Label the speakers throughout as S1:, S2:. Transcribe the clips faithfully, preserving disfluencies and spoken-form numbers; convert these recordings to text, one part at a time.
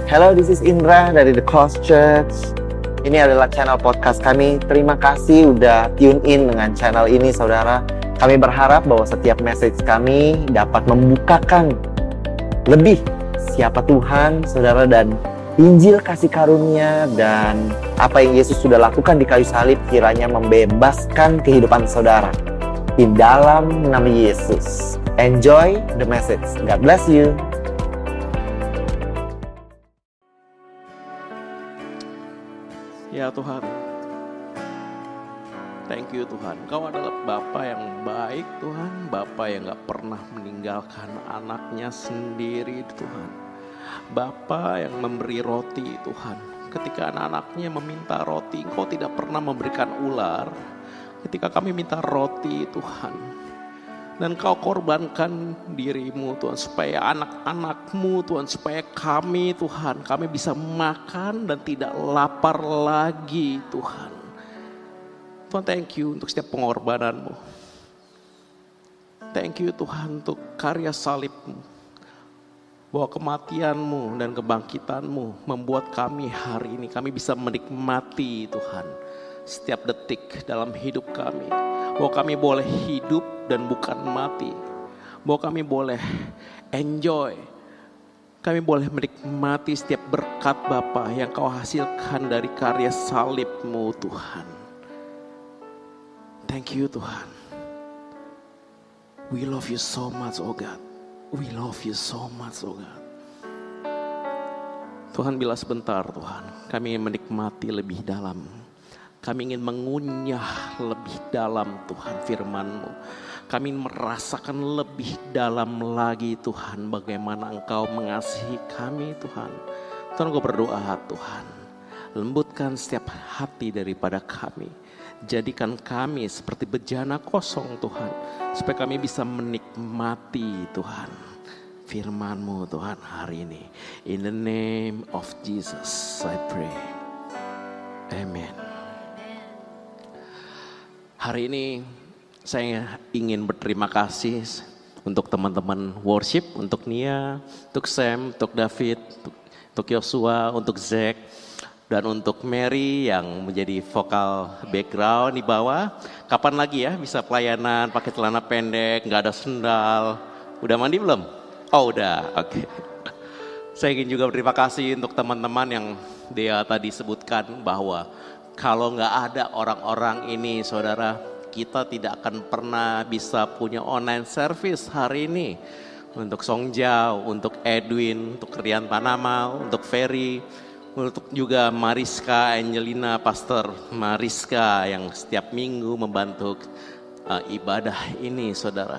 S1: Hello, this is Indra dari The Cross Church. Ini adalah channel podcast kami. Terima kasih udah tune in dengan channel ini, saudara. Kami berharap bahwa setiap message kami dapat membukakan lebih siapa Tuhan, saudara, dan Injil kasih karunia dan apa yang Yesus sudah lakukan di kayu salib kiranya membebaskan kehidupan saudara. Di dalam nama Yesus. Enjoy the message. God bless you.
S2: Ya Tuhan, thank you Tuhan. Kau adalah Bapa yang baik Tuhan, Bapa yang gak pernah meninggalkan anaknya sendiri Tuhan. Bapa yang memberi roti Tuhan. Ketika anak-anaknya meminta roti, Engkau tidak pernah memberikan ular. Ketika kami minta roti Tuhan, dan Kau korbankan dirimu Tuhan, supaya anak-anakmu Tuhan, supaya kami Tuhan, kami bisa makan dan tidak lapar lagi Tuhan. Tuhan, thank you untuk setiap pengorbananmu. Thank you Tuhan untuk karya salibmu, bahwa kematianmu dan kebangkitanmu membuat kami hari ini, kami bisa menikmati Tuhan setiap detik dalam hidup kami. Bahwa kami boleh hidup dan bukan mati. Bahwa kami boleh enjoy. Kami boleh menikmati setiap berkat Bapa yang Kau hasilkan dari karya salibmu Tuhan. Thank you Tuhan. We love you so much oh God. We love you so much oh God. Tuhan, bila sebentar Tuhan, kami ingin menikmati lebih dalam. Kami ingin mengunyah lebih dalam Tuhan firman-Mu. Kami ingin merasakan lebih dalam lagi Tuhan bagaimana Engkau mengasihi kami Tuhan. Tuhan, Engkau berdoa Tuhan, lembutkan setiap hati daripada kami. Jadikan kami seperti bejana kosong Tuhan, supaya kami bisa menikmati Tuhan firman-Mu Tuhan hari ini. In the name of Jesus I pray. Amen. Hari ini saya ingin berterima kasih untuk teman-teman worship, untuk Nia, untuk Sam, untuk David, untuk Yosua, untuk Zack, dan untuk Mary yang menjadi vokal background di bawah. Kapan lagi ya bisa pelayanan pakai celana pendek, nggak ada sendal. Udah mandi belum? Oh udah, oke. Okay. Saya ingin juga berterima kasih untuk teman-teman yang dia tadi sebutkan bahwa kalau nggak ada orang-orang ini, saudara, kita tidak akan pernah bisa punya online service hari ini. Untuk Song Jiao, untuk Edwin, untuk Rian Panama, untuk Ferry, untuk juga Mariska, Angelina, Pastor Mariska yang setiap minggu membantu uh, ibadah ini, saudara.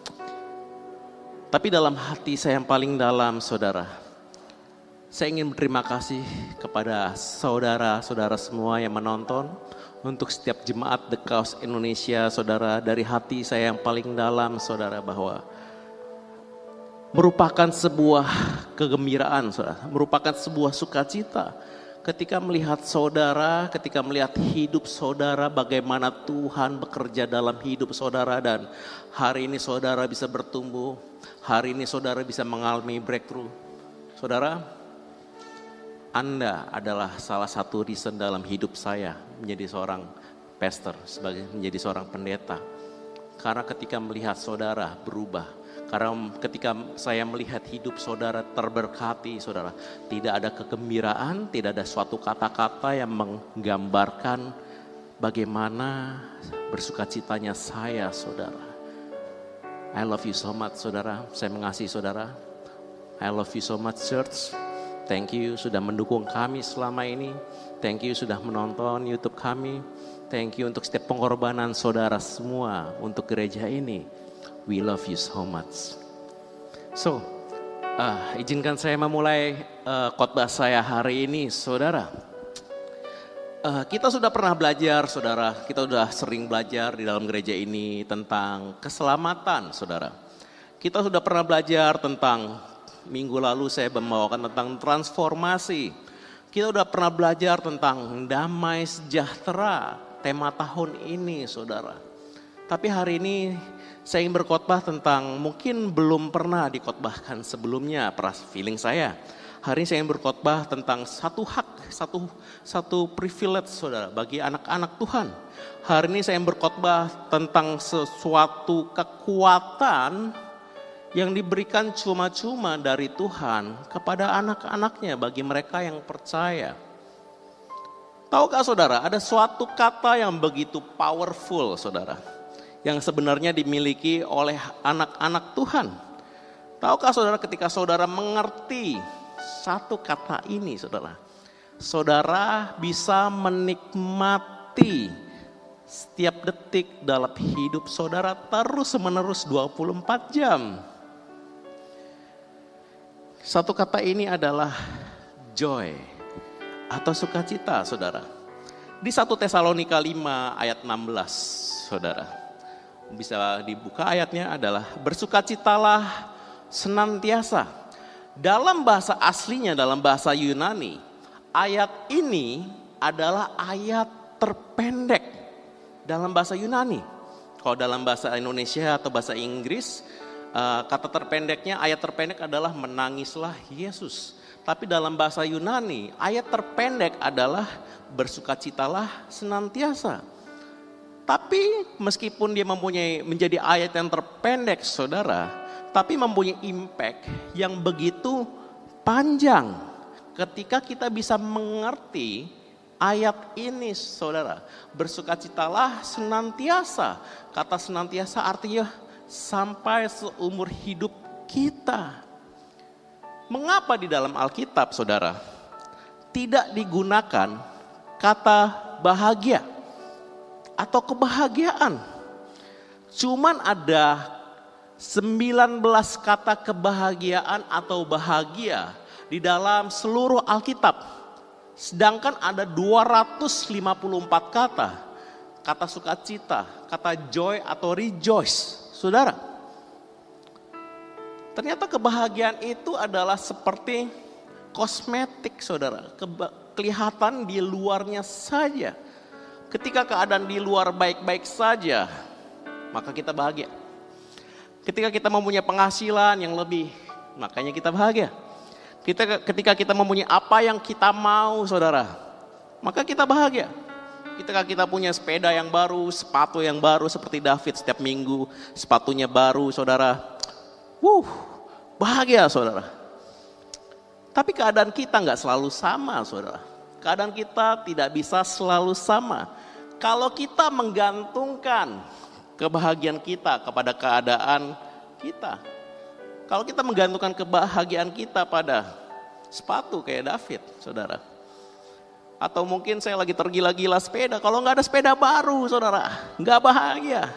S2: Tapi dalam hati saya yang paling dalam, saudara, saya ingin berterima kasih kepada saudara-saudara semua yang menonton. Untuk setiap jemaat The Cross Indonesia, saudara, dari hati saya yang paling dalam, saudara, bahwa merupakan sebuah kegembiraan, saudara, merupakan sebuah sukacita ketika melihat saudara, ketika melihat hidup saudara, bagaimana Tuhan bekerja dalam hidup saudara, dan hari ini saudara bisa bertumbuh, hari ini saudara bisa mengalami breakthrough. Saudara, Anda adalah salah satu reason dalam hidup saya menjadi seorang pastor, sebagai menjadi seorang pendeta. Karena ketika melihat saudara berubah, karena ketika saya melihat hidup saudara terberkati, saudara, tidak ada kegembiraan, tidak ada suatu kata-kata yang menggambarkan bagaimana bersukacitanya saya, saudara. I love you so much, saudara. Saya mengasihi saudara. I love you so much, church. Thank you sudah mendukung kami selama ini. Thank you sudah menonton YouTube kami. Thank you untuk setiap pengorbanan saudara semua untuk gereja ini. We love you so much. So, uh, izinkan saya memulai uh, khotbah saya hari ini, saudara. Uh, kita sudah pernah belajar, saudara. Kita sudah sering belajar di dalam gereja ini tentang keselamatan, saudara. Kita sudah pernah belajar tentang minggu lalu saya membawakan tentang transformasi. Kita udah pernah belajar tentang damai sejahtera, tema tahun ini, saudara. Tapi hari ini saya ingin berkhotbah tentang mungkin belum pernah dikhotbahkan sebelumnya, feeling saya. Hari ini saya ingin berkhotbah tentang satu hak, satu satu privilege saudara bagi anak-anak Tuhan. Hari ini saya ingin berkhotbah tentang sesuatu kekuatan yang diberikan cuma-cuma dari Tuhan kepada anak-anaknya bagi mereka yang percaya. Tahukah saudara, ada suatu kata yang begitu powerful saudara, yang sebenarnya dimiliki oleh anak-anak Tuhan. Tahukah saudara, ketika saudara mengerti satu kata ini saudara, saudara bisa menikmati setiap detik dalam hidup saudara terus menerus dua puluh empat jam. Satu kata ini adalah joy atau sukacita saudara. Di satu Tesalonika lima ayat enam belas saudara. Bisa dibuka ayatnya adalah bersukacitalah senantiasa. Dalam bahasa aslinya, dalam bahasa Yunani, ayat ini adalah ayat terpendek dalam bahasa Yunani. Kalau dalam bahasa Indonesia atau bahasa Inggris, kata terpendeknya, ayat terpendek adalah menangislah Yesus. Tapi dalam bahasa Yunani, ayat terpendek adalah bersukacitalah senantiasa. Tapi meskipun dia mempunyai menjadi ayat yang terpendek saudara, tapi mempunyai impact yang begitu panjang ketika kita bisa mengerti ayat ini saudara. Bersukacitalah senantiasa. Kata senantiasa artinya sampai seumur hidup kita. Mengapa di dalam Alkitab saudara tidak digunakan kata bahagia atau kebahagiaan? Cuman ada sembilan belas kata kebahagiaan atau bahagia di dalam seluruh Alkitab. Sedangkan ada dua ratus lima puluh empat kata, kata sukacita, kata joy atau rejoice. Saudara, ternyata kebahagiaan itu adalah seperti kosmetik saudara. Keba- kelihatan di luarnya saja. Ketika keadaan di luar baik-baik saja, maka kita bahagia. Ketika kita mempunyai penghasilan yang lebih, makanya kita bahagia. Kita, ketika kita mempunyai apa yang kita mau saudara, maka kita bahagia. Ketika kita punya sepeda yang baru, sepatu yang baru seperti David setiap minggu, sepatunya baru saudara. Wuh, bahagia saudara. Tapi keadaan kita nggak selalu sama saudara. Keadaan kita tidak bisa selalu sama. Kalau kita menggantungkan kebahagiaan kita kepada keadaan kita. Kalau kita menggantungkan kebahagiaan kita pada sepatu kayak David saudara. Atau mungkin saya lagi tergila-gila sepeda. Kalau nggak ada sepeda baru saudara, nggak bahagia.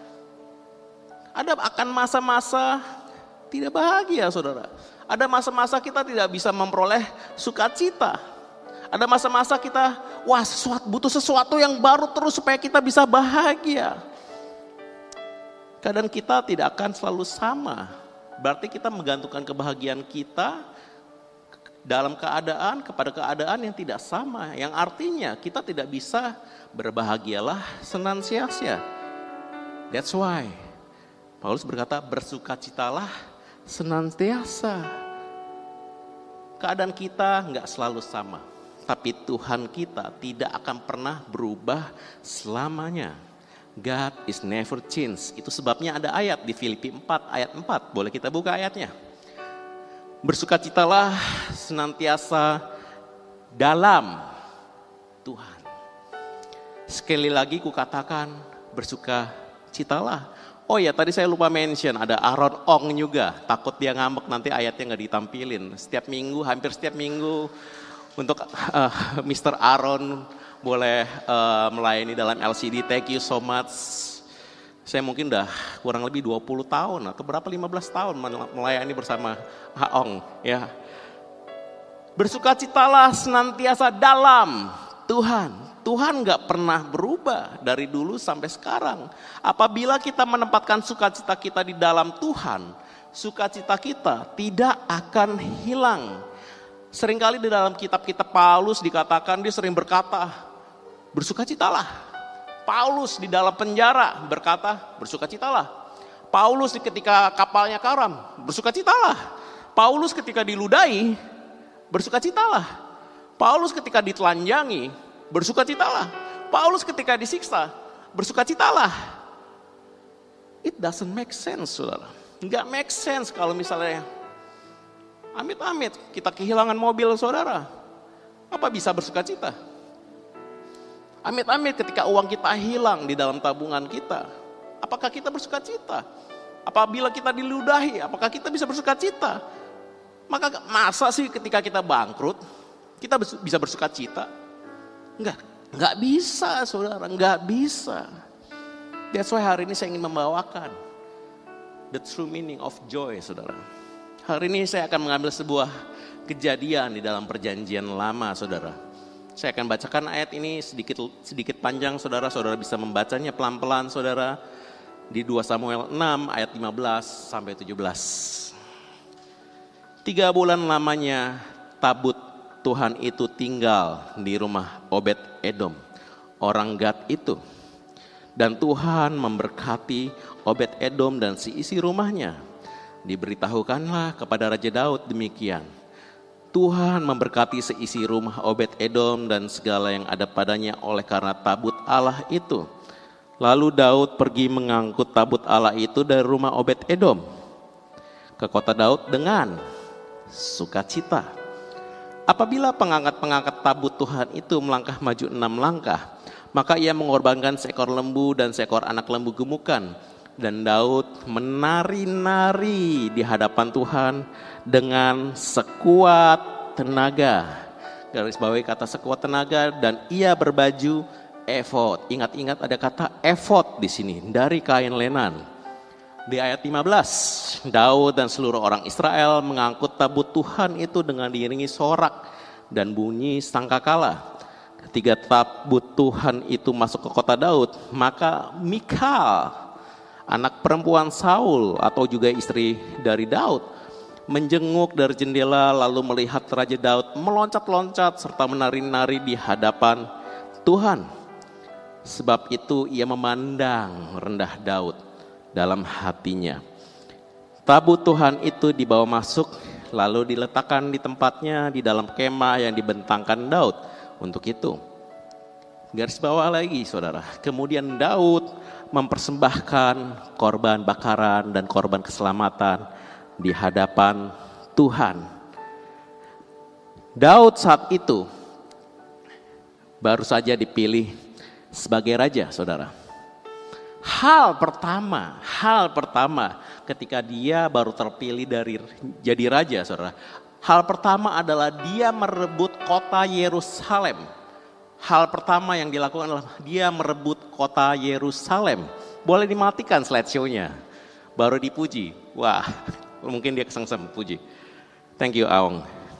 S2: Ada akan masa-masa tidak bahagia saudara. Ada masa-masa kita tidak bisa memperoleh sukacita. Ada masa-masa kita wah sesuatu, butuh sesuatu yang baru terus supaya kita bisa bahagia. Keadaan kita tidak akan selalu sama. Berarti kita menggantungkan kebahagiaan kita dalam keadaan kepada keadaan yang tidak sama. Yang artinya kita tidak bisa berbahagialah senantiasa. That's why Paulus berkata bersukacitalah senantiasa. Keadaan kita nggak selalu sama, tapi Tuhan kita tidak akan pernah berubah selamanya. God is never change. Itu sebabnya ada ayat di Filipi empat ayat empat. Boleh kita buka ayatnya. Bersukacitalah senantiasa dalam Tuhan. Sekali lagi kukatakan bersukacitalah. Oh ya, tadi saya lupa mention ada Aaron Ong juga. Takut dia ngambek nanti ayatnya nggak ditampilin. Setiap minggu, hampir setiap minggu untuk uh, mister Aaron boleh uh, melayani dalam L C D. Thank you so much. Saya mungkin udah kurang lebih dua puluh tahun atau berapa lima belas tahun melayani bersama Haong ya. Bersukacitalah senantiasa dalam Tuhan. Tuhan gak pernah berubah dari dulu sampai sekarang. Apabila kita menempatkan sukacita kita di dalam Tuhan, sukacita kita tidak akan hilang. Seringkali di dalam kitab-kitab Paulus dikatakan, dia sering berkata, bersukacitalah. Paulus di dalam penjara berkata, bersukacitalah. Paulus ketika kapalnya karam, bersukacitalah. Paulus ketika diludahi, bersukacitalah. Paulus ketika ditelanjangi, bersukacitalah. Paulus ketika disiksa, bersukacitalah. It doesn't make sense, saudara. Nggak make sense kalau misalnya amit-amit kita kehilangan mobil saudara. Apa bisa bersukacita? Amit-amit ketika uang kita hilang di dalam tabungan kita. Apakah kita bersukacita? Apabila kita diludahi, apakah kita bisa bersukacita? Maka masa sih ketika kita bangkrut, kita bisa bersukacita? Enggak, enggak bisa saudara, enggak bisa. That's why hari ini saya ingin membawakan the true meaning of joy saudara. Hari ini saya akan mengambil sebuah kejadian di dalam perjanjian lama saudara. Saya akan bacakan ayat ini sedikit sedikit panjang saudara, saudara bisa membacanya pelan-pelan saudara. Di dua Samuel enam ayat lima belas sampai tujuh belas. Tiga bulan lamanya tabut Tuhan itu tinggal di rumah Obed Edom, orang Gad itu. Dan Tuhan memberkati Obed Edom dan seisi rumahnya. Diberitahukanlah kepada Raja Daud demikian. Tuhan memberkati seisi rumah Obed Edom dan segala yang ada padanya oleh karena tabut Allah itu. Lalu Daud pergi mengangkut tabut Allah itu dari rumah Obed Edom ke kota Daud dengan sukacita. Apabila pengangkat-pengangkat tabut Tuhan itu melangkah maju enam langkah, maka ia mengorbankan seekor lembu dan seekor anak lembu gemukan. Dan Daud menari-nari di hadapan Tuhan dengan sekuat tenaga. Garis bawahi kata sekuat tenaga, dan ia berbaju efod. Ingat-ingat ada kata efod di sini dari kain lenan. Di ayat lima belas, Daud dan seluruh orang Israel mengangkut tabut Tuhan itu dengan diiringi sorak dan bunyi sangkakala. Ketika tabut Tuhan itu masuk ke kota Daud, maka Mikal, anak perempuan Saul atau juga istri dari Daud, menjenguk dari jendela lalu melihat Raja Daud meloncat-loncat serta menari-nari di hadapan Tuhan. Sebab itu ia memandang rendah Daud dalam hatinya. Tabut Tuhan itu dibawa masuk lalu diletakkan di tempatnya di dalam kemah yang dibentangkan Daud untuk itu. Garis bawah lagi saudara. Kemudian Daud mempersembahkan korban bakaran dan korban keselamatan di hadapan Tuhan. Daud saat itu baru saja dipilih sebagai raja, saudara. Hal pertama, hal pertama ketika dia baru terpilih dari jadi raja, saudara. Hal pertama adalah dia merebut kota Yerusalem. Hal pertama yang dilakukan adalah dia merebut kota Yerusalem. Boleh dimatikan slideshow-nya. Baru dipuji. Wah, mungkin dia kesengsem puji. Thank you, Aung.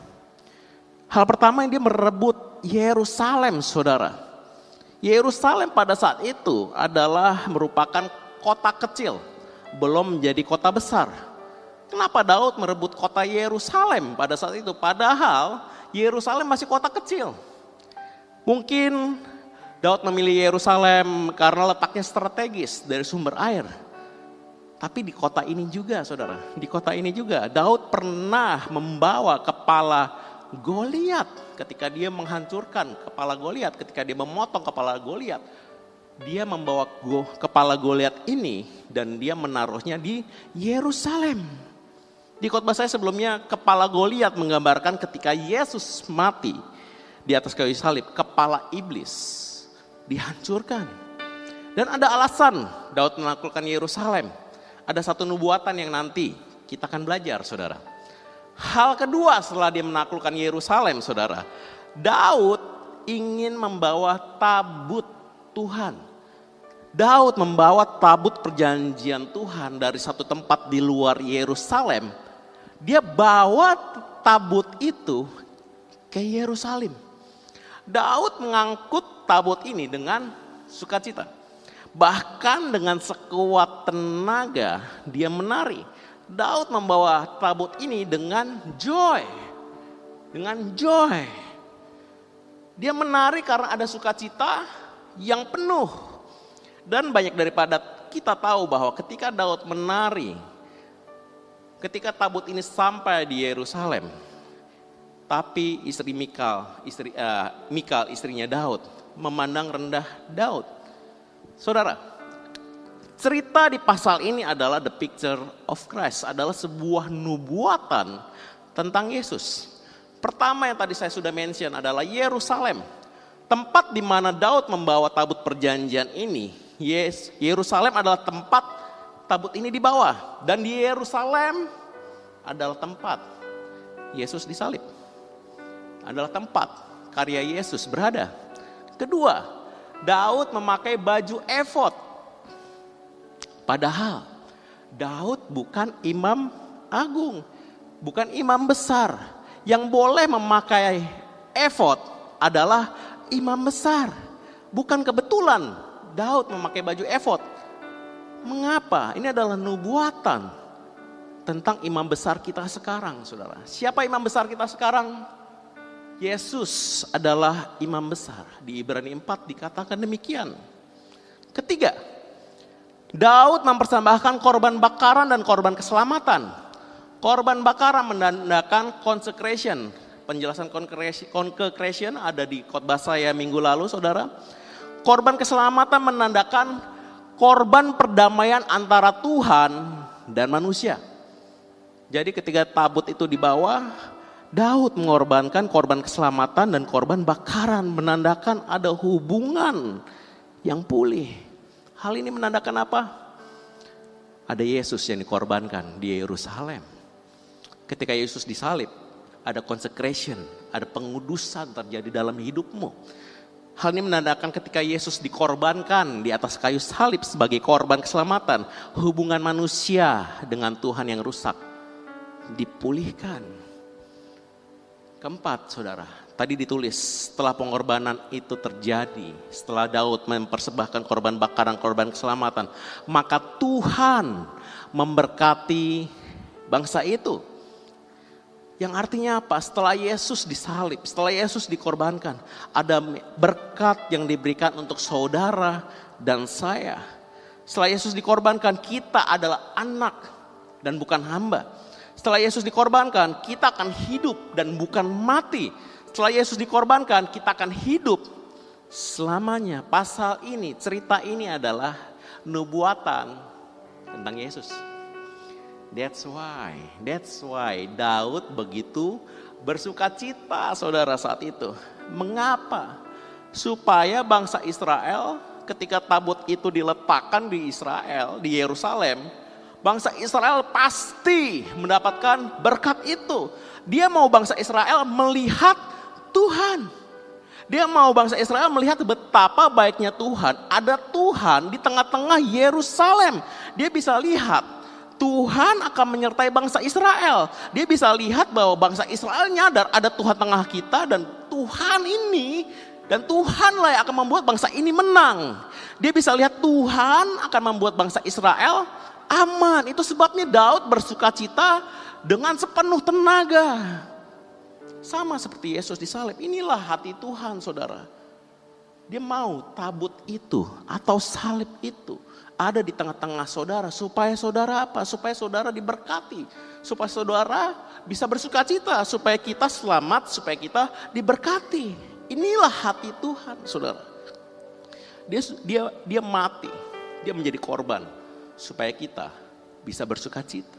S2: Hal pertama yang dia merebut Yerusalem, saudara. Yerusalem pada saat itu adalah merupakan kota kecil, belum menjadi kota besar. Kenapa Daud merebut kota Yerusalem pada saat itu? Padahal Yerusalem masih kota kecil. Mungkin Daud memilih Yerusalem karena letaknya strategis dari sumber air. Tapi di kota ini juga saudara, di kota ini juga Daud pernah membawa kepala Goliat ketika dia menghancurkan kepala Goliat, ketika dia memotong kepala Goliat, dia membawa go, kepala Goliat ini dan dia menaruhnya di Yerusalem. Di khotbah saya sebelumnya, kepala Goliat menggambarkan ketika Yesus mati di atas kayu salib, kepala iblis dihancurkan. Dan ada alasan Daud menaklukkan Yerusalem. Ada satu nubuatan yang nanti kita akan belajar, saudara. Hal kedua setelah dia menaklukkan Yerusalem, saudara, Daud ingin membawa tabut Tuhan. Daud membawa tabut perjanjian Tuhan dari satu tempat di luar Yerusalem. Dia bawa tabut itu ke Yerusalem. Daud mengangkut tabut ini dengan sukacita. Bahkan dengan sekuat tenaga dia menari. Daud membawa tabut ini dengan joy. Dengan joy. Dia menari karena ada sukacita yang penuh. Dan banyak daripada kita tahu bahwa ketika Daud menari, ketika tabut ini sampai di Yerusalem, Tapi istri Mikal, istri uh, Mikal istrinya Daud memandang rendah Daud. Saudara, cerita di pasal ini adalah the picture of Christ, adalah sebuah nubuatan tentang Yesus. Pertama yang tadi saya sudah mention adalah Yerusalem. Tempat di mana Daud membawa tabut perjanjian ini, yes, Yerusalem adalah tempat tabut ini dibawa. Dan di Yerusalem adalah tempat Yesus disalib. Adalah tempat karya Yesus berada. Kedua, Daud memakai baju efod. Padahal Daud bukan imam agung, bukan imam besar. Yang boleh memakai efod adalah imam besar. Bukan kebetulan Daud memakai baju efod. Mengapa? Ini adalah nubuatan tentang imam besar kita sekarang, saudara. Siapa imam besar kita sekarang? Yesus adalah imam besar. Di Ibrani empat dikatakan demikian. Ketiga, Daud mempersembahkan korban bakaran dan korban keselamatan. Korban bakaran menandakan consecration. Penjelasan consecration ada di khotbah saya minggu lalu, saudara. Korban keselamatan menandakan korban perdamaian antara Tuhan dan manusia. Jadi ketika tabut itu dibawa, Daud mengorbankan korban keselamatan dan korban bakaran, menandakan ada hubungan yang pulih. Hal ini menandakan apa? Ada Yesus yang dikorbankan di Yerusalem. Ketika Yesus disalib, ada consecration, ada pengudusan terjadi dalam hidupmu. Hal ini menandakan ketika Yesus dikorbankan di atas kayu salib sebagai korban keselamatan, hubungan manusia dengan Tuhan yang rusak dipulihkan. Keempat, saudara, tadi ditulis setelah pengorbanan itu terjadi, setelah Daud mempersembahkan korban bakaran, korban keselamatan, maka Tuhan memberkati bangsa itu. Yang artinya apa? Setelah Yesus disalib, setelah Yesus dikorbankan, ada berkat yang diberikan untuk saudara dan saya. Setelah Yesus dikorbankan, kita adalah anak dan bukan hamba. Setelah Yesus dikorbankan, kita akan hidup dan bukan mati. Setelah Yesus dikorbankan, kita akan hidup selamanya. Pasal ini, cerita ini adalah nubuatan tentang Yesus. That's why, that's why Daud begitu bersukacita, saudara, saat itu. Mengapa? Supaya bangsa Israel ketika tabut itu diletakkan di Israel, di Yerusalem, bangsa Israel pasti mendapatkan berkat itu. Dia mau bangsa Israel melihat Tuhan. Dia mau bangsa Israel melihat betapa baiknya Tuhan. Ada Tuhan di tengah-tengah Yerusalem. Dia bisa lihat Tuhan akan menyertai bangsa Israel. Dia bisa lihat bahwa bangsa Israel nyadar ada Tuhan tengah kita. Dan Tuhan ini, dan Tuhanlah yang akan membuat bangsa ini menang. Dia bisa lihat Tuhan akan membuat bangsa Israel aman. Itu sebabnya Daud bersukacita dengan sepenuh tenaga. Sama seperti Yesus disalib. Inilah hati Tuhan, saudara. Dia mau tabut itu atau salib itu ada di tengah-tengah saudara. Supaya saudara apa? Supaya saudara diberkati. Supaya saudara bisa bersukacita. Supaya kita selamat, supaya kita diberkati. Inilah hati Tuhan, saudara. Dia dia dia mati. Dia menjadi korban. Supaya kita bisa bersukacita.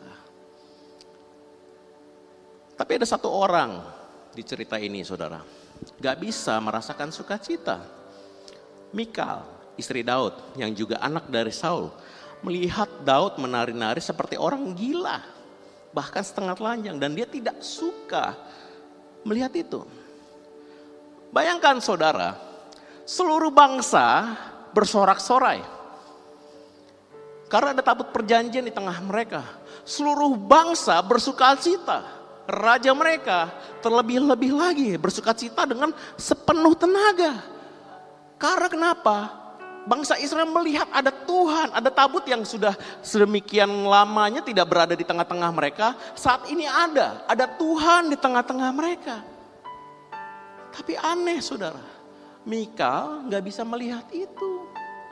S2: Tapi ada satu orang di cerita ini, saudara, gak bisa merasakan sukacita. Mikal, istri Daud yang juga anak dari Saul, melihat Daud menari-nari seperti orang gila, bahkan setengah telanjang, dan dia tidak suka melihat itu. Bayangkan, saudara, seluruh bangsa bersorak-sorai karena ada tabut perjanjian di tengah mereka. Seluruh bangsa bersukacita. Raja mereka terlebih-lebih lagi bersukacita dengan sepenuh tenaga. Karena kenapa? Bangsa Israel melihat ada Tuhan, ada tabut yang sudah sedemikian lamanya tidak berada di tengah-tengah mereka. Saat ini ada, ada Tuhan di tengah-tengah mereka. Tapi aneh, saudara, Mikal gak bisa melihat itu.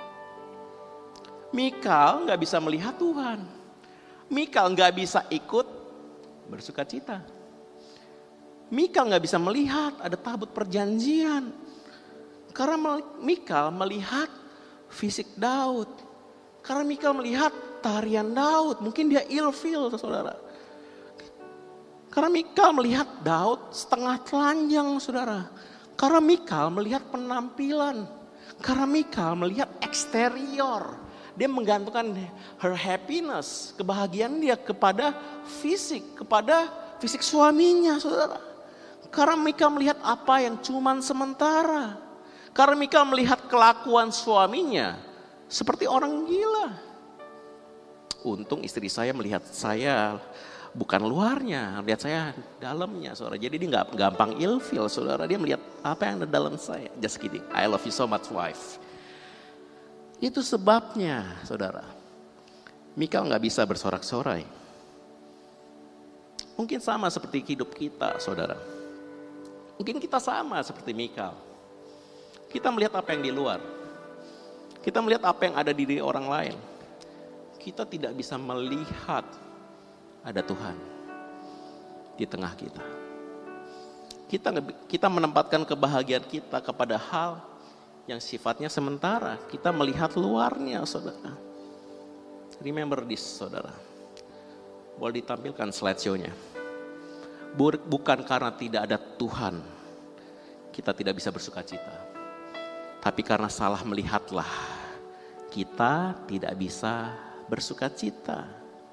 S2: Mikal gak bisa melihat Tuhan. Mikal gak bisa ikut bersukacita. Mikal nggak bisa melihat ada tabut perjanjian. Karena Mikal melihat fisik Daud. Karena Mikal melihat tarian Daud. Mungkin dia ilfil, saudara. Karena Mikal melihat Daud setengah telanjang, saudara. Karena Mikal melihat penampilan. Karena Mikal melihat eksterior. Dia menggantungkan her happiness, kebahagiaan dia kepada fisik, kepada fisik suaminya, saudara. Karena Mikal melihat apa yang cuman sementara. Karena Mikal melihat kelakuan suaminya seperti orang gila. Untung istri saya melihat saya bukan luarnya, melihat saya dalamnya, saudara. Jadi dia nggak gampang ilfil, saudara. Dia melihat apa yang ada dalam saya. Just kidding, I love you so much, wife. Itu sebabnya, saudara. Mikal nggak bisa bersorak-sorai. Mungkin sama seperti hidup kita, saudara. Mungkin kita sama seperti Mikal. Kita melihat apa yang di luar. Kita melihat apa yang ada di diri orang lain. Kita tidak bisa melihat ada Tuhan di tengah kita. Kita kita menempatkan kebahagiaan kita kepada hal yang sifatnya sementara. Kita melihat luarnya, saudara. Remember this, saudara. Boleh ditampilkan slideshow-nya. Bukan karena tidak ada Tuhan, kita tidak bisa bersuka cita. Tapi karena salah melihatlah, kita tidak bisa bersuka cita.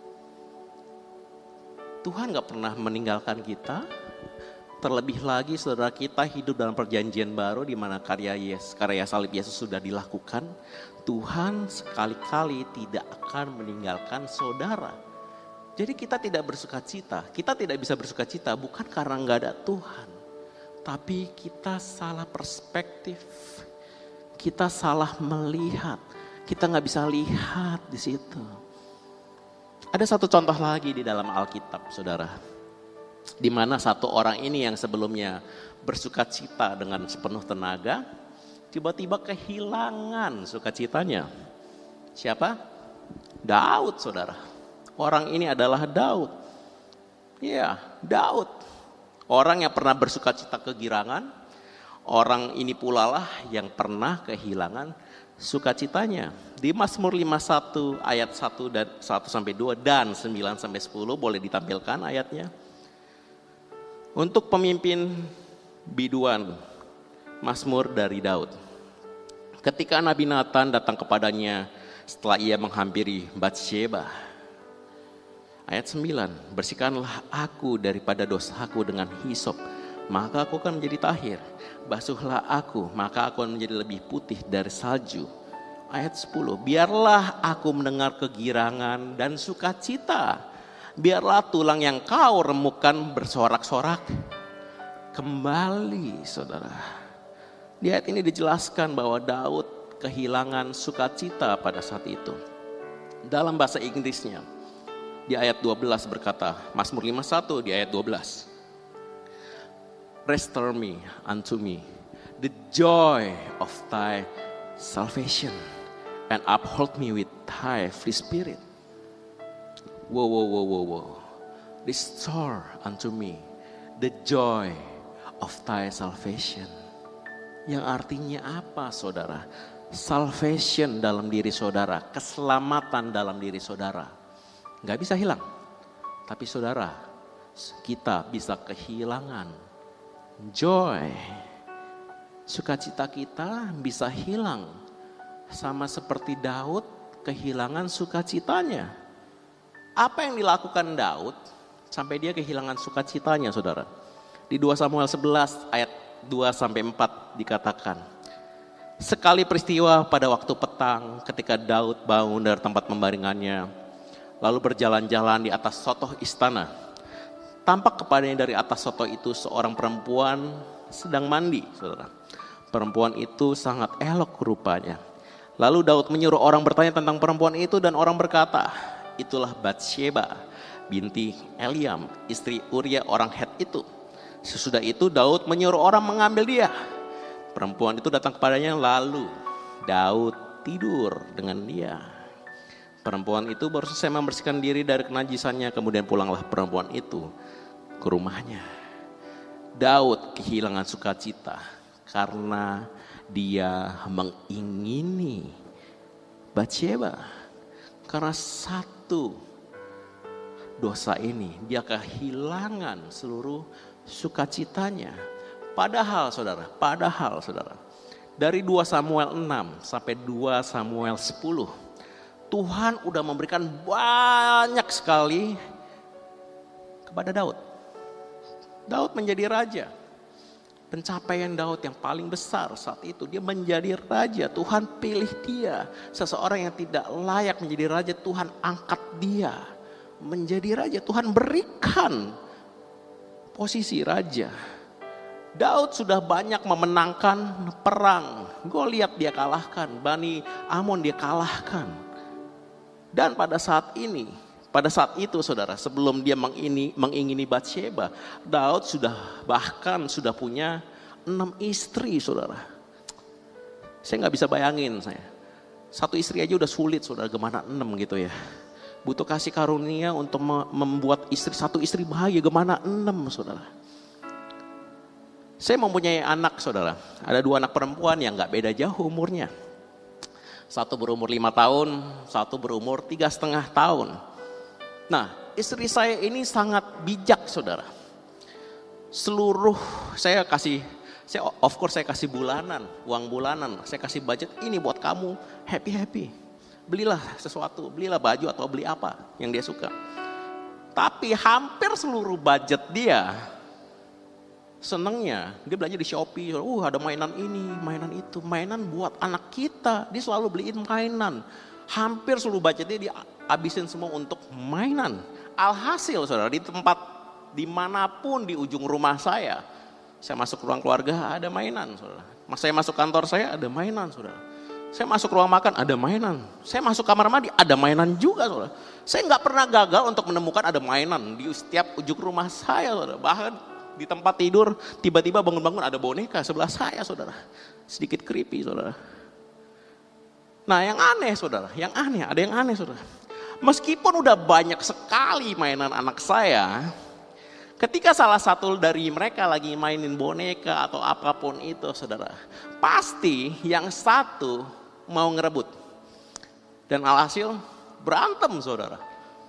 S2: Tuhan gak pernah meninggalkan kita. Terlebih lagi saudara, kita hidup dalam perjanjian baru di mana karya Yesus, karya salib Yesus sudah dilakukan. Tuhan sekali-kali tidak akan meninggalkan saudara. Jadi kita tidak bersuka cita. Kita tidak bisa bersuka cita bukan karena gak ada Tuhan. Tapi kita salah perspektif. Kita salah melihat. Kita gak bisa lihat di situ. Ada satu contoh lagi di dalam Alkitab, saudara. Di mana satu orang ini yang sebelumnya bersuka cita dengan sepenuh tenaga, tiba-tiba kehilangan sukacitanya. Siapa? Daud, saudara. Orang ini adalah Daud. Ya, Daud. Orang yang pernah bersuka cita kegirangan. Orang ini pula lah yang pernah kehilangan sukacitanya. Di Mazmur lima puluh satu ayat satu dan satu sampai dua dan sembilan sampai sepuluh boleh ditampilkan ayatnya. Untuk pemimpin biduan, Mazmur dari Daud. Ketika Nabi Nathan datang kepadanya setelah ia menghampiri Batsheba. Ayat sembilan, bersihkanlah aku daripada dosaku dengan hisop, maka aku akan menjadi tahir. Basuhlah aku, maka aku akan menjadi lebih putih dari salju. Ayat sepuluh, biarlah aku mendengar kegirangan dan sukacita. Biarlah tulang yang kau remukan bersorak-sorak kembali, saudara. Di ayat ini dijelaskan bahwa Daud kehilangan sukacita pada saat itu. Dalam bahasa Inggrisnya, di ayat dua belas berkata, Mazmur lima puluh satu di ayat dua belas. Restore me unto me the joy of thy salvation and uphold me with thy free spirit. Wow, wow, wow, wow, wow. Restore unto me the joy of thy salvation. Yang artinya apa, saudara? Salvation dalam diri saudara, keselamatan dalam diri saudara. Gak bisa hilang. Tapi saudara, kita bisa kehilangan joy. Sukacita kita bisa hilang. Sama seperti Daud kehilangan sukacitanya. Apa yang dilakukan Daud sampai dia kehilangan sukacitanya, saudara? Di dua Samuel sebelas ayat dua sampai empat dikatakan, sekali peristiwa pada waktu petang ketika Daud bangun dari tempat pembaringannya, lalu berjalan-jalan di atas sotoh istana. Tampak kepadanya dari atas sotoh itu seorang perempuan sedang mandi, saudara. Perempuan itu sangat elok rupanya. Lalu Daud menyuruh orang bertanya tentang perempuan itu dan orang berkata, itulah Batsheba binti Eliam, istri Uria orang Het itu. Sesudah itu Daud menyuruh orang mengambil dia. Perempuan itu datang kepadanya, lalu Daud tidur dengan dia. Perempuan itu baru selesai membersihkan diri dari kenajisannya, kemudian pulanglah perempuan itu ke rumahnya. Daud kehilangan sukacita karena dia mengingini Batsheba. Karena satu dosa ini dia kehilangan seluruh sukacitanya. Padahal saudara, padahal saudara, dari dua Samuel enam sampai dua Samuel sepuluh, Tuhan udah memberikan banyak sekali kepada Daud. Daud menjadi raja. Pencapaian Daud yang paling besar saat itu, dia menjadi raja. Tuhan pilih dia. Seseorang yang tidak layak menjadi raja, Tuhan angkat dia menjadi raja. Tuhan berikan posisi raja. Daud sudah banyak memenangkan perang. Goliat dia kalahkan, Bani Amon dia kalahkan. Dan pada saat ini, pada saat itu saudara, sebelum dia mengini, mengingini Batsheba, Daud sudah bahkan sudah punya enam istri saudara. Saya nggak bisa bayangin saya. Satu istri aja udah sulit saudara, gimana enam gitu ya. Butuh kasih karunia untuk membuat istri, satu istri bahagia, gimana enam saudara. Saya mempunyai anak saudara, ada dua anak perempuan yang nggak beda jauh umurnya. Satu berumur lima tahun, satu berumur tiga setengah tahun. Nah, istri saya ini sangat bijak saudara. Seluruh saya kasih, saya of course saya kasih bulanan, uang bulanan. Saya kasih budget ini buat kamu, happy-happy. Belilah sesuatu, belilah baju atau beli apa yang dia suka. Tapi hampir seluruh budget dia, senengnya dia belanja di Shopee. Uh ada mainan ini, mainan itu, mainan buat anak kita. Dia selalu beliin mainan. Hampir seluruh budgetnya dia habisin semua untuk mainan. Alhasil saudara, di tempat dimanapun di ujung rumah saya, saya masuk ruang keluarga ada mainan saudara. Saya masuk kantor saya ada mainan saudara. Saya masuk ruang makan ada mainan. Saya masuk kamar mandi ada mainan juga saudara. Saya nggak pernah gagal untuk menemukan ada mainan di setiap ujung rumah saya saudara. Bahkan di tempat tidur tiba-tiba bangun-bangun ada boneka sebelah saya saudara. Sedikit creepy saudara. Nah yang aneh saudara, yang aneh, ada yang aneh saudara. Meskipun udah banyak sekali mainan anak saya, ketika salah satu dari mereka lagi mainin boneka atau apapun itu saudara, pasti yang satu mau ngerebut. Dan alhasil berantem saudara.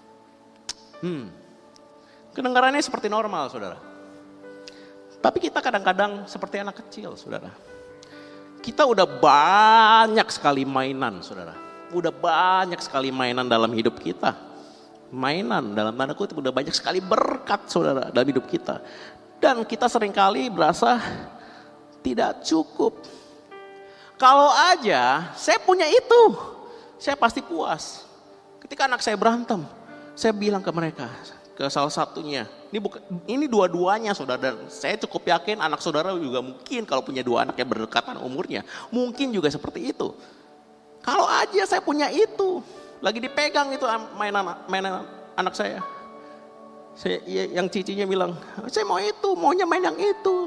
S2: Hmm, kedengarannya seperti normal saudara. Tapi kita kadang-kadang seperti anak kecil saudara. Kita udah banyak sekali mainan saudara. Udah banyak sekali mainan dalam hidup kita. Mainan dalam tanda kutip udah banyak sekali berkat saudara dalam hidup kita. Dan kita seringkali berasa tidak cukup. Kalau aja saya punya itu, saya pasti puas. Ketika anak saya berantem, saya bilang ke mereka, ke salah satunya, ini bukan, ini dua-duanya saudara, dan saya cukup yakin anak saudara juga mungkin kalau punya dua anak yang berdekatan umurnya, mungkin juga seperti itu. Kalau aja saya punya itu, lagi dipegang itu mainan mainan anak saya, saya yang cicinya bilang, saya mau itu, maunya main yang itu.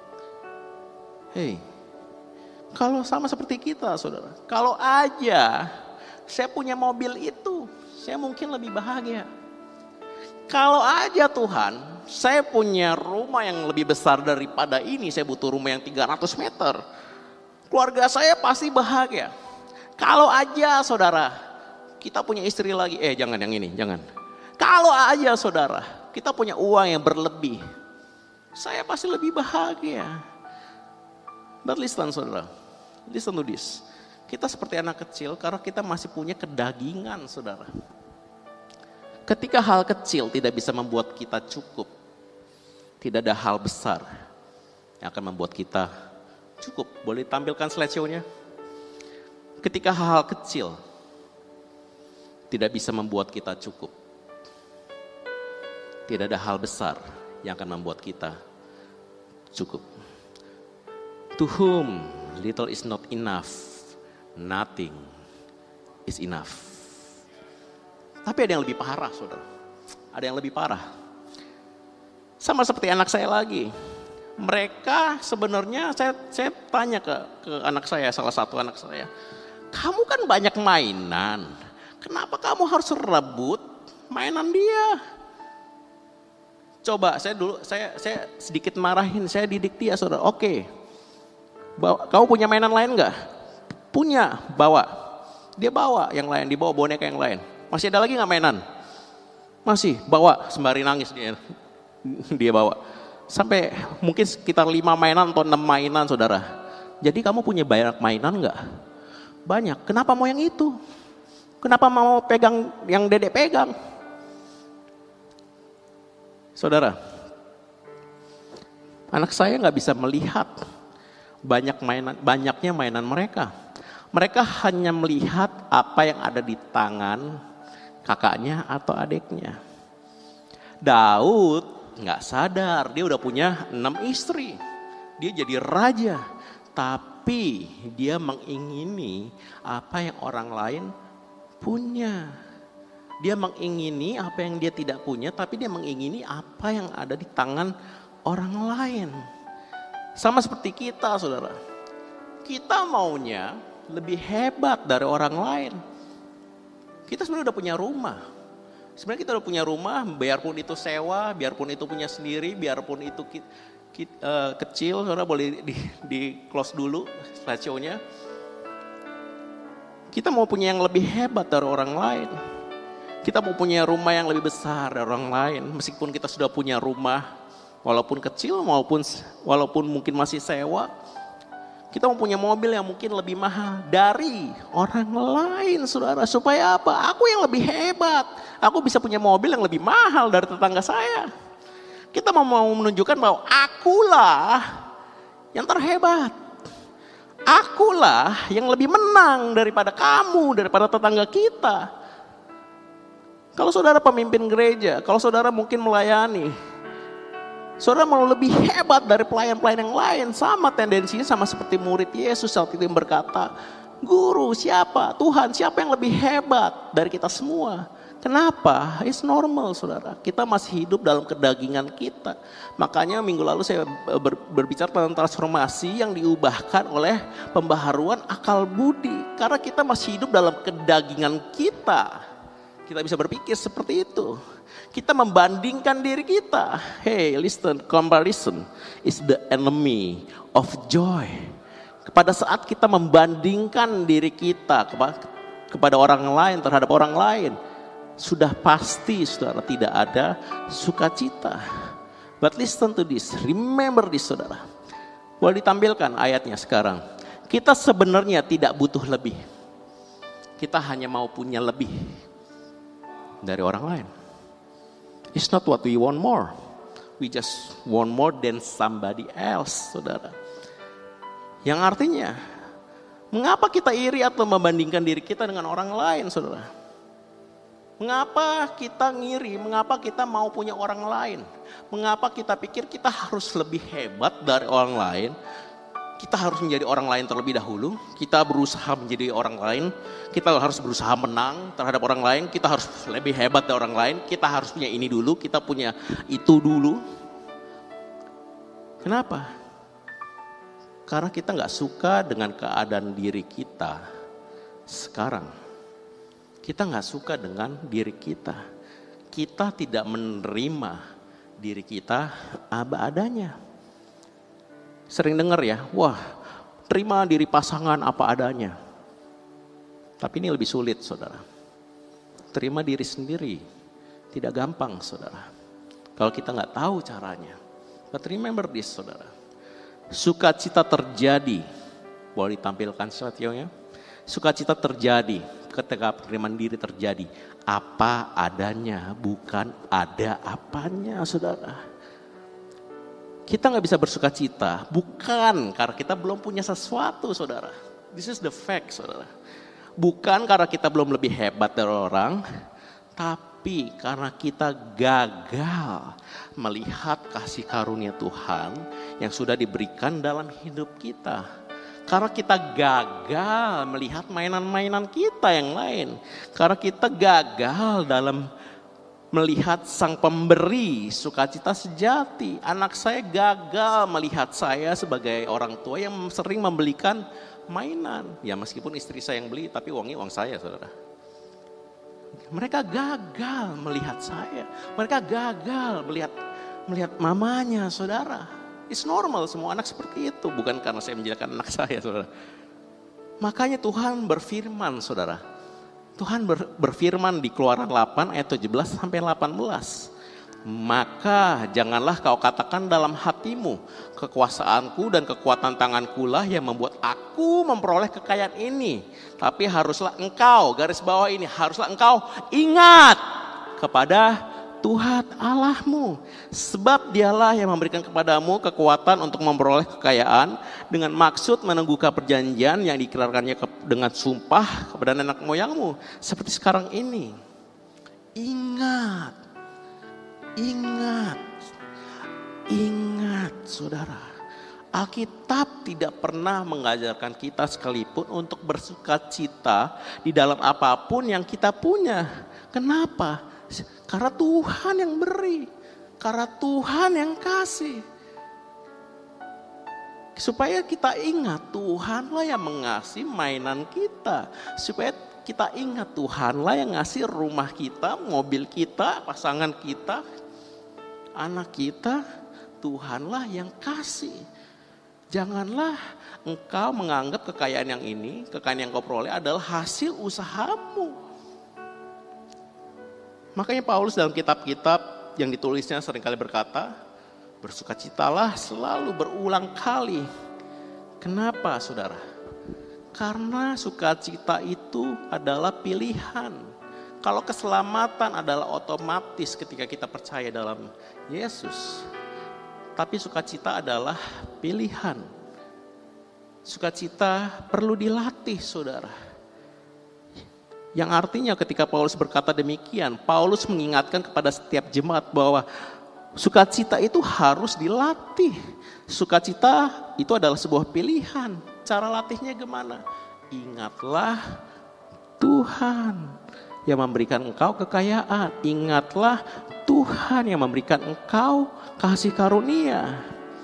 S2: Hei, kalau sama seperti kita saudara, kalau aja saya punya mobil itu, saya mungkin lebih bahagia. Kalau aja Tuhan, saya punya rumah yang lebih besar daripada ini, saya butuh rumah yang tiga ratus meter. Keluarga saya pasti bahagia. Kalau aja saudara, kita punya istri lagi, eh jangan yang ini, jangan. Kalau aja saudara, kita punya uang yang berlebih, saya pasti lebih bahagia. But listen saudara, listen to this. Kita seperti anak kecil karena kita masih punya kedagingan saudara. Ketika hal kecil tidak bisa membuat kita cukup, tidak ada hal besar yang akan membuat kita cukup. Boleh tampilkan slideshow-nya? Ketika hal kecil tidak bisa membuat kita cukup, tidak ada hal besar yang akan membuat kita cukup. To whom little is not enough, nothing is enough. Tapi ada yang lebih parah saudara, ada yang lebih parah. Sama seperti anak saya lagi. Mereka sebenarnya, saya, saya tanya ke, ke anak saya, salah satu anak saya. Kamu kan banyak mainan, kenapa kamu harus rebut mainan dia? Coba saya dulu, saya saya sedikit marahin, saya didik dia saudara. Oke, bawa, kamu punya mainan lain nggak? Punya, bawa. Dia bawa yang lain, dibawa boneka yang lain. Masih ada lagi nggak mainan? Masih, bawa sembari nangis dia. Dia bawa. Sampai mungkin sekitar lima mainan atau enam mainan saudara. Jadi kamu punya banyak mainan nggak? Banyak. Kenapa mau yang itu? Kenapa mau pegang yang dedek pegang? Saudara, anak saya nggak bisa melihat banyak mainan, banyaknya mainan mereka. Mereka hanya melihat apa yang ada di tangan kakaknya atau adiknya. Daud nggak sadar, dia udah punya enam istri. Dia jadi raja, tapi dia mengingini apa yang orang lain punya. Dia mengingini apa yang dia tidak punya, tapi dia mengingini apa yang ada di tangan orang lain. Sama seperti kita saudara. Kita maunya lebih hebat dari orang lain. Kita sebenarnya udah punya rumah. Sebenarnya kita udah punya rumah, biarpun itu sewa, biarpun itu punya sendiri, biarpun itu ki, ki, uh, kecil, saudara boleh di, di close dulu slideshow-nya. Kita mau punya yang lebih hebat dari orang lain. Kita mau punya rumah yang lebih besar dari orang lain. Meskipun kita sudah punya rumah, walaupun kecil maupun walaupun mungkin masih sewa. Kita mau punya mobil yang mungkin lebih mahal dari orang lain saudara. Supaya apa? Aku yang lebih hebat. Aku bisa punya mobil yang lebih mahal dari tetangga saya. Kita mau, mau menunjukkan bahwa akulah yang terhebat. Akulah yang lebih menang daripada kamu, daripada tetangga kita. Kalau saudara pemimpin gereja, kalau saudara mungkin melayani, saudara mau lebih hebat dari pelayan-pelayan yang lain. Sama tendensinya sama seperti murid Yesus saat itu yang berkata, Guru siapa? Tuhan siapa yang lebih hebat dari kita semua? Kenapa? It's normal saudara. Kita masih hidup dalam kedagingan kita. Makanya minggu lalu saya ber, berbicara tentang transformasi yang diubahkan oleh pembaharuan akal budi. Karena kita masih hidup dalam kedagingan kita. Kita bisa berpikir seperti itu. Kita membandingkan diri kita. Hey, listen, comparison is the enemy of joy. Pada saat kita membandingkan diri kita kepada orang lain, terhadap orang lain, sudah pasti saudara tidak ada sukacita. But listen to this, remember this saudara. Boleh ditampilkan ayatnya sekarang. Kita sebenarnya tidak butuh lebih. Kita hanya mau punya lebih dari orang lain. It's not what we want more. We just want more than somebody else, saudara. Yang artinya, mengapa kita iri atau membandingkan diri kita dengan orang lain, saudara? Mengapa kita ngiri? Mengapa kita mau punya orang lain? Mengapa kita pikir kita harus lebih hebat dari orang lain? Kita harus menjadi orang lain terlebih dahulu. Kita berusaha menjadi orang lain. Kita harus berusaha menang terhadap orang lain. Kita harus lebih hebat dari orang lain. Kita harus punya ini dulu. Kita punya itu dulu. Kenapa? Karena kita gak suka dengan keadaan diri kita sekarang. Kita gak suka dengan diri kita. Kita tidak menerima diri kita apa adanya. Sering dengar ya, wah terima diri pasangan apa adanya. Tapi ini lebih sulit saudara. Terima diri sendiri tidak gampang saudara. Kalau kita gak tahu caranya. But remember this saudara. Sukacita terjadi. Boleh ditampilkan slide-nya. Sukacita terjadi ketika penerimaan diri terjadi. Apa adanya, bukan ada apanya saudara. Kita gak bisa bersuka cita, bukan karena kita belum punya sesuatu saudara. This is the fact saudara. Bukan karena kita belum lebih hebat dari orang, tapi karena kita gagal melihat kasih karunia Tuhan yang sudah diberikan dalam hidup kita. Karena kita gagal melihat mainan-mainan kita yang lain. Karena kita gagal dalam melihat sang pemberi sukacita sejati. Anak saya gagal melihat saya sebagai orang tua yang sering membelikan mainan. Ya meskipun istri saya yang beli, tapi uangnya uang saya saudara. Mereka gagal melihat saya. Mereka gagal melihat melihat mamanya, saudara. It's normal, semua anak seperti itu. Bukan karena saya menjadikan anak saya, saudara. Makanya Tuhan berfirman, saudara. Tuhan ber, berfirman di Keluaran delapan ayat tujuh belas sampai delapan belas. Maka janganlah kau katakan dalam hatimu, kekuasaanku dan kekuatan tanganku lah yang membuat aku memperoleh kekayaan ini. Tapi haruslah engkau, garis bawah ini, haruslah engkau ingat kepada Tuhan Allahmu. Sebab dialah yang memberikan kepadamu kekuatan untuk memperoleh kekayaan dengan maksud menegurkan perjanjian yang dikirakannya dengan sumpah kepada nenek moyangmu. Seperti sekarang ini. Ingat. Ingat, ingat saudara, Alkitab tidak pernah mengajarkan kita sekalipun untuk bersuka cita di dalam apapun yang kita punya. Kenapa? Karena Tuhan yang beri, karena Tuhan yang kasih. Supaya kita ingat Tuhanlah yang mengasihi mainan kita. Supaya kita ingat Tuhanlah yang ngasih rumah kita, mobil kita, pasangan kita, anak kita. Tuhanlah yang kasih. Janganlah engkau menganggap kekayaan yang ini, kekayaan yang kau peroleh adalah hasil usahamu. Makanya Paulus dalam kitab-kitab yang ditulisnya seringkali berkata, bersukacitalah selalu berulang kali. Kenapa saudara? Karena sukacita itu adalah pilihan. Kalau keselamatan adalah otomatis ketika kita percaya dalam Yesus. Tapi sukacita adalah pilihan. Sukacita perlu dilatih saudara. Yang artinya ketika Paulus berkata demikian, Paulus mengingatkan kepada setiap jemaat bahwa sukacita itu harus dilatih. Sukacita itu adalah sebuah pilihan. Cara latihnya gimana? Ingatlah Tuhan yang memberikan engkau kekayaan. Ingatlah Tuhan yang memberikan engkau kasih karunia.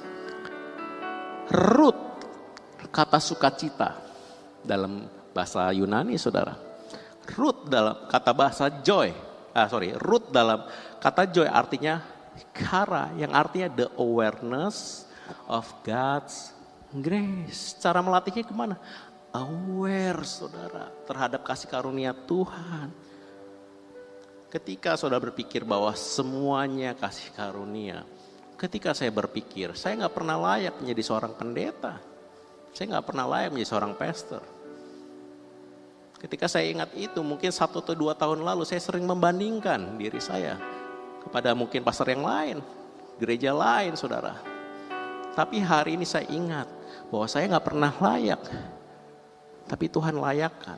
S2: Root kata sukacita dalam bahasa Yunani saudara. Root dalam kata bahasa joy. Ah sorry, root dalam kata joy artinya kara, yang artinya the awareness of God's grace. Cara melatihnya kemana? Aware saudara terhadap kasih karunia Tuhan. Ketika saudara berpikir bahwa semuanya kasih karunia. Ketika saya berpikir, saya gak pernah layak menjadi seorang pendeta. Saya gak pernah layak menjadi seorang pastor. Ketika saya ingat itu, mungkin satu atau dua tahun lalu saya sering membandingkan diri saya kepada mungkin pastor yang lain, gereja lain saudara. Tapi hari ini saya ingat bahwa saya gak pernah layak. Tapi Tuhan layakkan.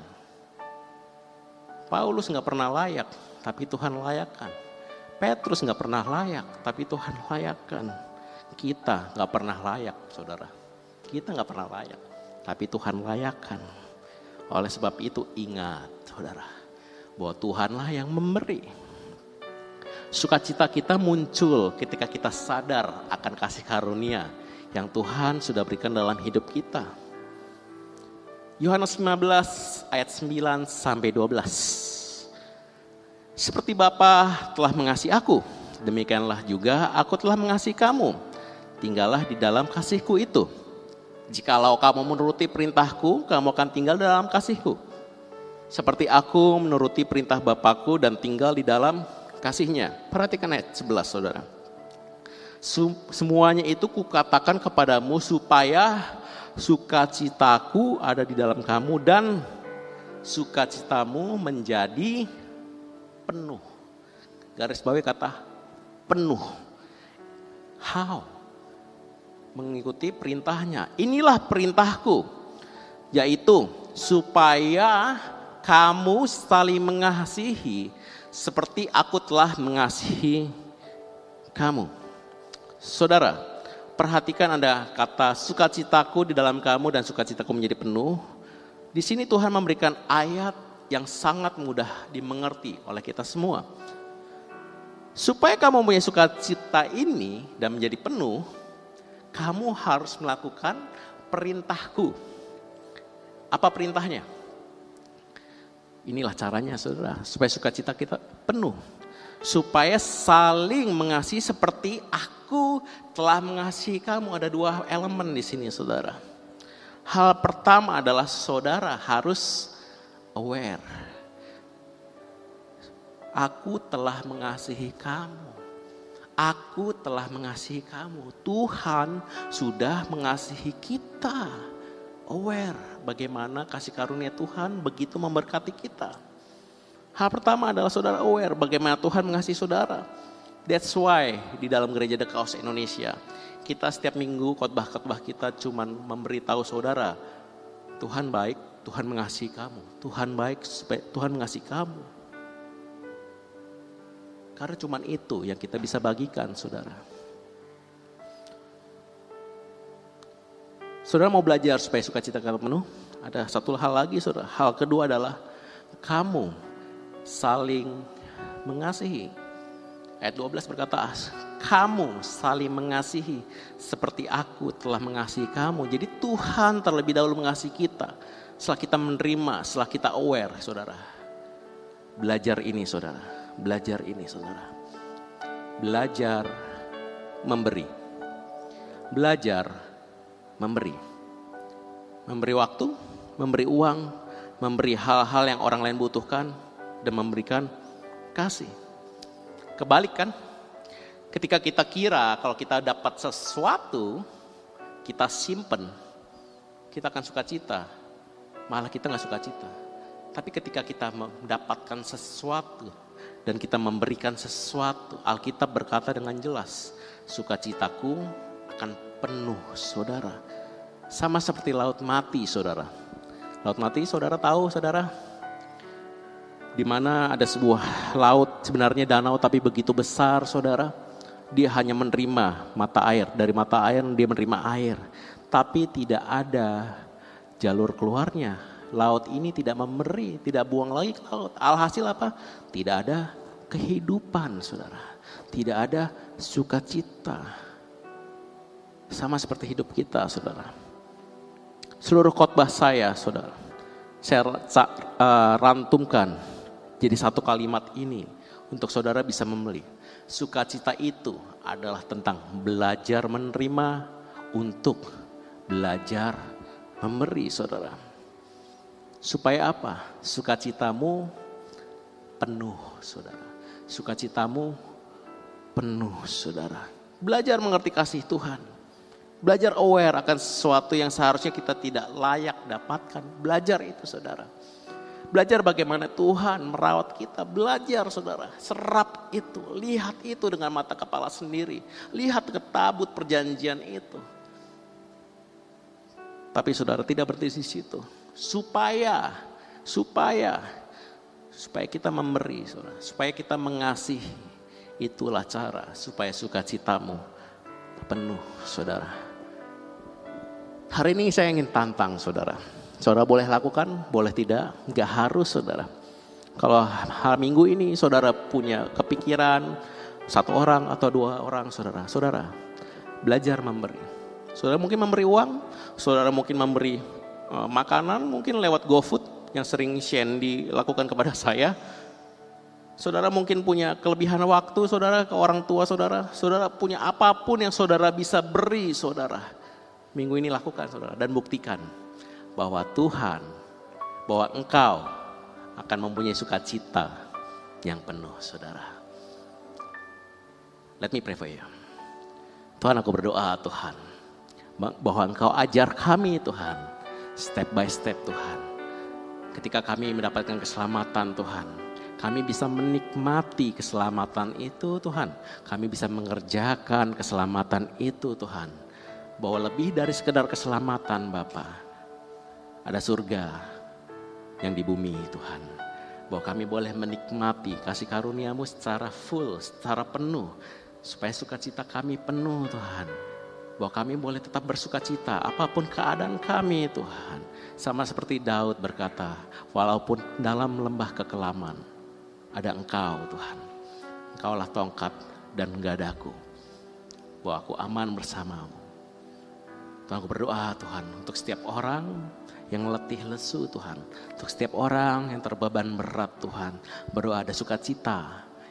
S2: Paulus gak pernah layak, tapi Tuhan layakkan. Petrus gak pernah layak, tapi Tuhan layakkan. Kita gak pernah layak saudara. Kita gak pernah layak, tapi Tuhan layakkan. Oleh sebab itu ingat saudara, bahwa Tuhanlah yang memberi. Sukacita kita muncul ketika kita sadar akan kasih karunia yang Tuhan sudah berikan dalam hidup kita. Yohanes lima belas ayat sembilan sampai dua belas. Seperti Bapa telah mengasihi aku, demikianlah juga aku telah mengasihi kamu. Tinggallah di dalam kasihku itu. Jikalau kamu menuruti perintahku, kamu akan tinggal dalam kasihku. Seperti aku menuruti perintah Bapakku dan tinggal di dalam kasihnya. Perhatikan ayat sebelas saudara. Semuanya itu kukatakan kepadamu supaya sukacitaku ada di dalam kamu dan sukacitamu menjadi penuh. Garis bawahi kata penuh. How? Mengikuti perintahnya. Inilah perintahku, yaitu supaya kamu saling mengasihi seperti aku telah mengasihi kamu. Saudara, perhatikan ada kata sukacitaku di dalam kamu dan sukacitaku menjadi penuh. Di sini Tuhan memberikan ayat yang sangat mudah dimengerti oleh kita semua. Supaya kamu punya sukacita ini dan menjadi penuh, kamu harus melakukan perintahku. Apa perintahnya? Inilah caranya saudara, supaya sukacita kita penuh. Supaya saling mengasihi seperti aku aku telah mengasihi kamu. Ada dua elemen di sini saudara. Hal pertama adalah saudara harus aware. Aku telah mengasihi kamu. Aku telah mengasihi kamu. Tuhan sudah mengasihi kita. Aware bagaimana kasih karunia Tuhan begitu memberkati kita. Hal pertama adalah saudara aware bagaimana Tuhan mengasihi saudara. That's why di dalam gereja The Cause Indonesia kita setiap minggu khotbah-khotbah kita cuman memberitahu saudara, Tuhan baik, Tuhan mengasihi kamu. Tuhan baik, Tuhan mengasihi kamu. Karena cuman itu yang kita bisa bagikan saudara. Saudara mau belajar supaya sukacita kamu penuh? Ada satu hal lagi saudara. Hal kedua adalah kamu saling mengasihi. Ayat dua belas berkata, kamu saling mengasihi seperti aku telah mengasihi kamu. Jadi Tuhan terlebih dahulu mengasihi kita. Setelah kita menerima, setelah kita aware saudara. Belajar ini saudara, belajar ini saudara. Belajar memberi. Belajar memberi. Memberi waktu, memberi uang, memberi hal-hal yang orang lain butuhkan. Dan memberikan kasih. Kebalik kan? Ketika kita kira kalau kita dapat sesuatu, kita simpen, kita akan sukacita. Malah kita gak sukacita. Tapi ketika kita mendapatkan sesuatu dan kita memberikan sesuatu, Alkitab berkata dengan jelas, sukacitaku akan penuh saudara. Sama seperti laut mati saudara. Laut mati saudara tahu saudara? Di mana ada sebuah laut sebenarnya danau tapi begitu besar saudara. Dia hanya menerima mata air. Dari mata air dia menerima air. Tapi tidak ada jalur keluarnya. Laut ini tidak memberi, tidak buang lagi ke laut. Alhasil apa? Tidak ada kehidupan saudara. Tidak ada sukacita. Sama seperti hidup kita saudara. Seluruh khotbah saya saudara. Saya uh, rantumkan. Jadi satu kalimat ini untuk saudara bisa membeli. Sukacita itu adalah tentang belajar menerima untuk belajar memberi saudara. Supaya apa? Sukacitamu penuh saudara. Sukacitamu penuh saudara. Belajar mengerti kasih Tuhan. Belajar aware akan sesuatu yang seharusnya kita tidak layak dapatkan. Belajar itu saudara. Belajar bagaimana Tuhan merawat kita. Belajar saudara, serap itu. Lihat itu dengan mata kepala sendiri. Lihat ke tabut perjanjian itu. Tapi saudara tidak berhenti di situ. Supaya, supaya, supaya kita memberi saudara. Supaya kita mengasihi. Itulah cara supaya sukacitamu penuh saudara. Hari ini saya ingin tantang saudara. Saudara boleh lakukan, boleh tidak, gak harus saudara. Kalau hari Minggu ini saudara punya kepikiran satu orang atau dua orang saudara. Saudara belajar memberi. Saudara mungkin memberi uang, saudara mungkin memberi uh, makanan, mungkin lewat GoFood yang sering Shandy lakukan kepada saya. Saudara mungkin punya kelebihan waktu saudara ke orang tua saudara. Saudara punya apapun yang saudara bisa beri saudara. Minggu ini lakukan saudara dan buktikan bahwa Tuhan, bahwa engkau akan mempunyai sukacita yang penuh saudara. Let me pray for you. Tuhan aku berdoa Tuhan, bahwa engkau ajar kami Tuhan, step by step Tuhan. Ketika kami mendapatkan keselamatan Tuhan, kami bisa menikmati keselamatan itu Tuhan. Kami bisa mengerjakan keselamatan itu Tuhan. Bahwa lebih dari sekedar keselamatan Bapa, ada surga yang di bumi Tuhan. Bahwa kami boleh menikmati kasih karunia-Mu secara full, secara penuh. Supaya sukacita kami penuh Tuhan. Bahwa kami boleh tetap bersukacita apapun keadaan kami Tuhan. Sama seperti Daud berkata, walaupun dalam lembah kekelaman, ada Engkau Tuhan. Engkaulah tongkat dan gadaku. Bahwa aku aman bersamamu. Tuhan aku berdoa Tuhan untuk setiap orang yang letih lesu Tuhan. Untuk setiap orang yang terbeban berat Tuhan. Berdoa ada sukacita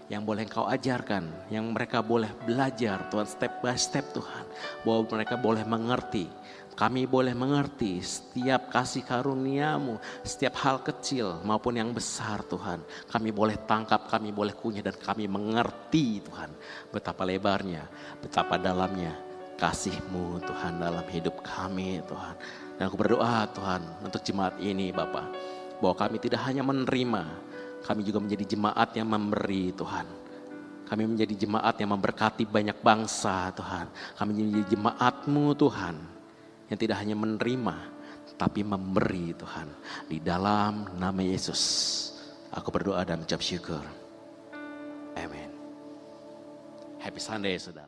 S2: yang boleh Engkau ajarkan, yang mereka boleh belajar Tuhan step by step Tuhan. Bahwa mereka boleh mengerti, kami boleh mengerti setiap kasih karunia-Mu, setiap hal kecil maupun yang besar Tuhan. Kami boleh tangkap, kami boleh kunyah dan kami mengerti Tuhan. Betapa lebarnya, betapa dalamnya kasih-Mu Tuhan dalam hidup kami Tuhan. Dan aku berdoa Tuhan untuk jemaat ini Bapa, bahwa kami tidak hanya menerima, kami juga menjadi jemaat yang memberi Tuhan. Kami menjadi jemaat yang memberkati banyak bangsa Tuhan. Kami menjadi jemaat-Mu Tuhan, yang tidak hanya menerima, tapi memberi Tuhan. Di dalam nama Yesus, aku berdoa dan mengucap syukur. Amin. Happy Sunday saudara.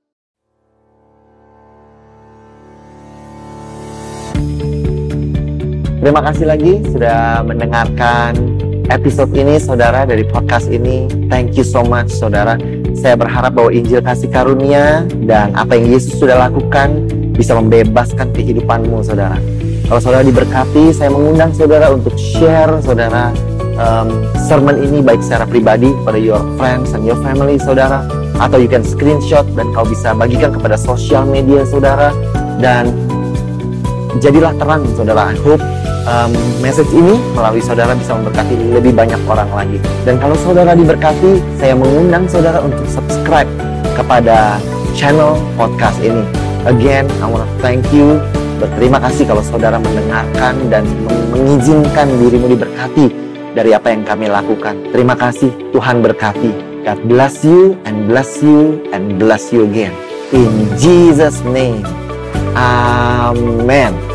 S1: Terima kasih lagi sudah mendengarkan episode ini saudara dari podcast ini. Thank you so much saudara. Saya berharap bahwa Injil kasih karunia dan apa yang Yesus sudah lakukan bisa membebaskan kehidupanmu saudara. Kalau saudara diberkati, saya mengundang saudara untuk share saudara um, sermon ini baik secara pribadi pada your friends and your family saudara, atau you can screenshot dan kau bisa bagikan kepada sosial media saudara. Dan jadilah terang saudara. I hope Um, message ini melalui saudara bisa memberkati lebih banyak orang lagi. Dan kalau saudara diberkati, saya mengundang saudara untuk subscribe kepada channel podcast ini. Again, I want to thank you. Berterima kasih kalau saudara mendengarkan dan mengizinkan dirimu diberkati dari apa yang kami lakukan. Terima kasih, Tuhan berkati. God bless you and bless you and bless you again. In Jesus' name, Amen.